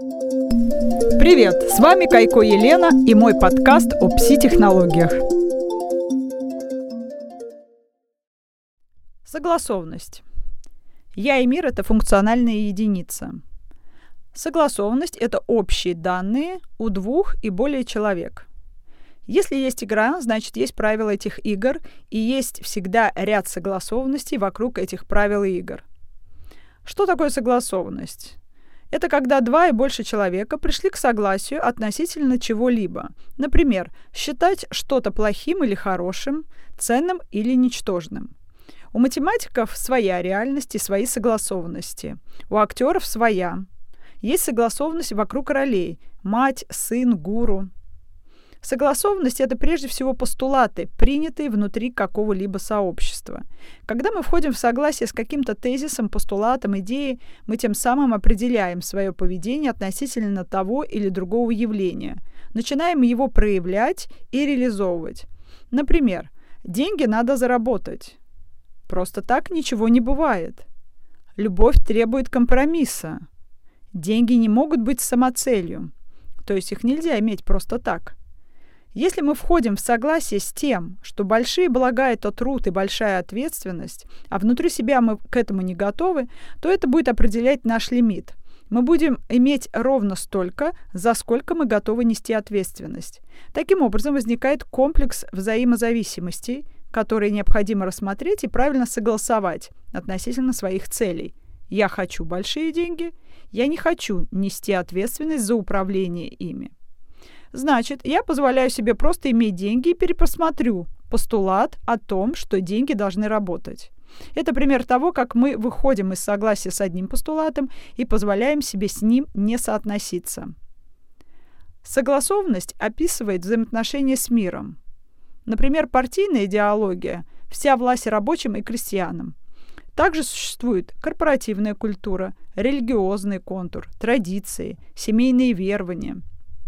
Привет! С вами Кайко Елена и мой подкаст о пси-технологиях. Согласованность. Я и мир – это функциональная единица. Согласованность – это общие данные у двух и более человек. Если есть игра, значит, есть правила этих игр, и есть всегда ряд согласованностей вокруг этих правил и игр. Что такое согласованность? Это когда два и больше человека пришли к согласию относительно чего-либо. Например, считать что-то плохим или хорошим, ценным или ничтожным. У математиков своя реальность и свои согласованности. У актеров своя. Есть согласованность вокруг ролей – мать, сын, гуру. Согласованность – это прежде всего постулаты, принятые внутри какого-либо сообщества. Когда мы входим в согласие с каким-то тезисом, постулатом, идеей, мы тем самым определяем свое поведение относительно того или другого явления, начинаем его проявлять и реализовывать. Например, деньги надо заработать. Просто так ничего не бывает. Любовь требует компромисса. Деньги не могут быть самоцелью, то есть их нельзя иметь просто так. Если мы входим в согласие с тем, что большие блага – это труд и большая ответственность, а внутри себя мы к этому не готовы, то это будет определять наш лимит. Мы будем иметь ровно столько, за сколько мы готовы нести ответственность. Таким образом, возникает комплекс взаимозависимостей, которые необходимо рассмотреть и правильно согласовать относительно своих целей. Я хочу большие деньги, я не хочу нести ответственность за управление ими. Значит, я позволяю себе просто иметь деньги и перепосмотрю постулат о том, что деньги должны работать. Это пример того, как мы выходим из согласия с одним постулатом и позволяем себе с ним не соотноситься. Согласованность описывает взаимоотношения с миром. Например, партийная идеология – вся власть рабочим и крестьянам. Также существует корпоративная культура, религиозный контур, традиции, семейные верования.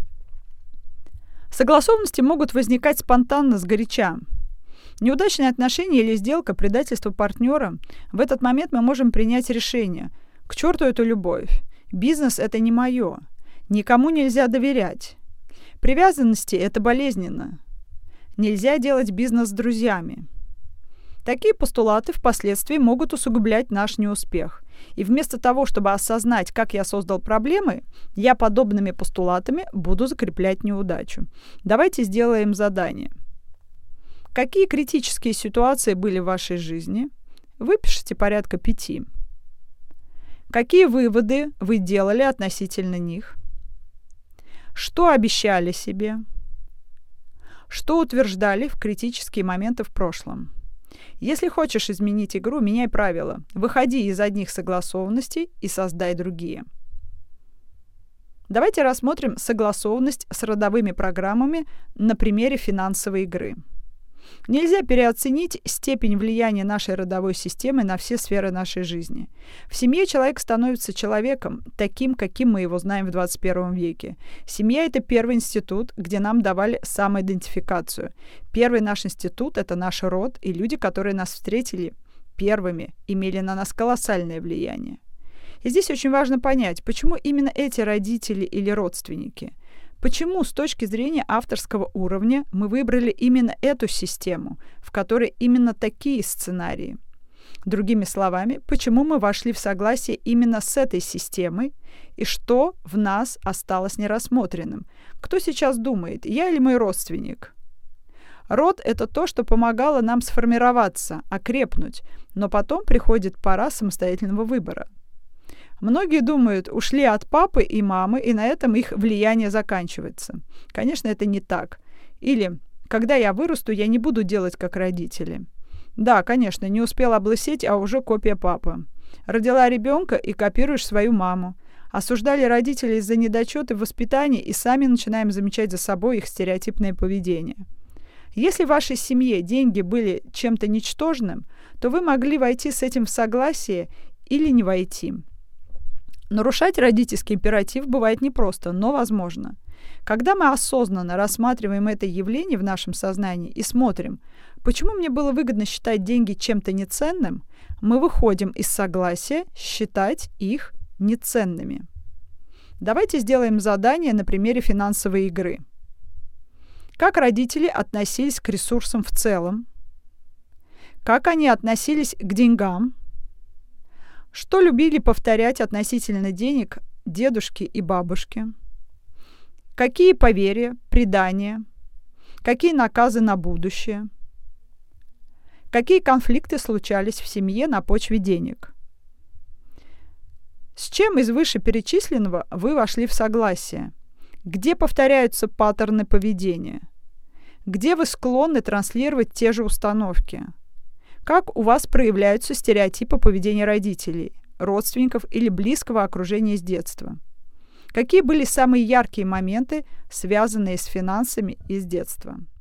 Согласованности могут возникать спонтанно, сгоряча. Неудачные отношения или сделка, предательство партнера – в этот момент мы можем принять решение. К черту эту любовь. Бизнес – это не мое. Никому нельзя доверять. Привязанности – это болезненно. Нельзя делать бизнес с друзьями. Такие постулаты впоследствии могут усугублять наш неуспех. И вместо того, чтобы осознать, как я создал проблемы, я подобными постулатами буду закреплять неудачу. Давайте сделаем задание. Какие критические ситуации были в вашей жизни? Выпишите порядка 5. Какие выводы вы делали относительно них? Что обещали себе? Что утверждали в критические моменты в прошлом? Если хочешь изменить игру, меняй правила. Выходи из одних согласованностей и создай другие. Давайте рассмотрим согласованность с родовыми программами на примере финансовой игры. Нельзя переоценить степень влияния нашей родовой системы на все сферы нашей жизни. В семье человек становится человеком, таким, каким мы его знаем в 21 веке. Семья – это первый институт, где нам давали самоидентификацию. Первый наш институт – это наш род, и люди, которые нас встретили первыми, имели на нас колоссальное влияние. И здесь очень важно понять, почему именно эти родители или родственники. Почему с точки зрения авторского уровня мы выбрали именно эту систему, в которой именно такие сценарии? Другими словами, почему мы вошли в согласие именно с этой системой и что в нас осталось нерассмотренным? Кто сейчас думает, я или мой родственник? Род – это то, что помогало нам сформироваться, окрепнуть, но потом приходит пора самостоятельного выбора. Многие думают, ушли от папы и мамы, и на этом их влияние заканчивается. Конечно, это не так. Или, когда я вырасту, я не буду делать как родители. Да, конечно, не успел облысеть, а уже копия папы. Родила ребенка и копируешь свою маму. Осуждали родителей из-за недочета в воспитании и сами начинаем замечать за собой их стереотипное поведение. Если в вашей семье деньги были чем-то ничтожным, то вы могли войти с этим в согласие или не войти. Нарушать родительский императив бывает непросто, но возможно. Когда мы осознанно рассматриваем это явление в нашем сознании и смотрим, почему мне было выгодно считать деньги чем-то неценным, мы выходим из согласия считать их неценными. Давайте сделаем задание на примере финансовой игры. Как родители относились к ресурсам в целом? Как они относились к деньгам? Что любили повторять относительно денег дедушки и бабушки? Какие поверья, предания? Какие наказы на будущее? Какие конфликты случались в семье на почве денег? С чем из вышеперечисленного вы вошли в согласие? Где повторяются паттерны поведения? Где вы склонны транслировать те же установки? Как у вас проявляются стереотипы поведения родителей, родственников или близкого окружения с детства? Какие были самые яркие моменты, связанные с финансами из детства?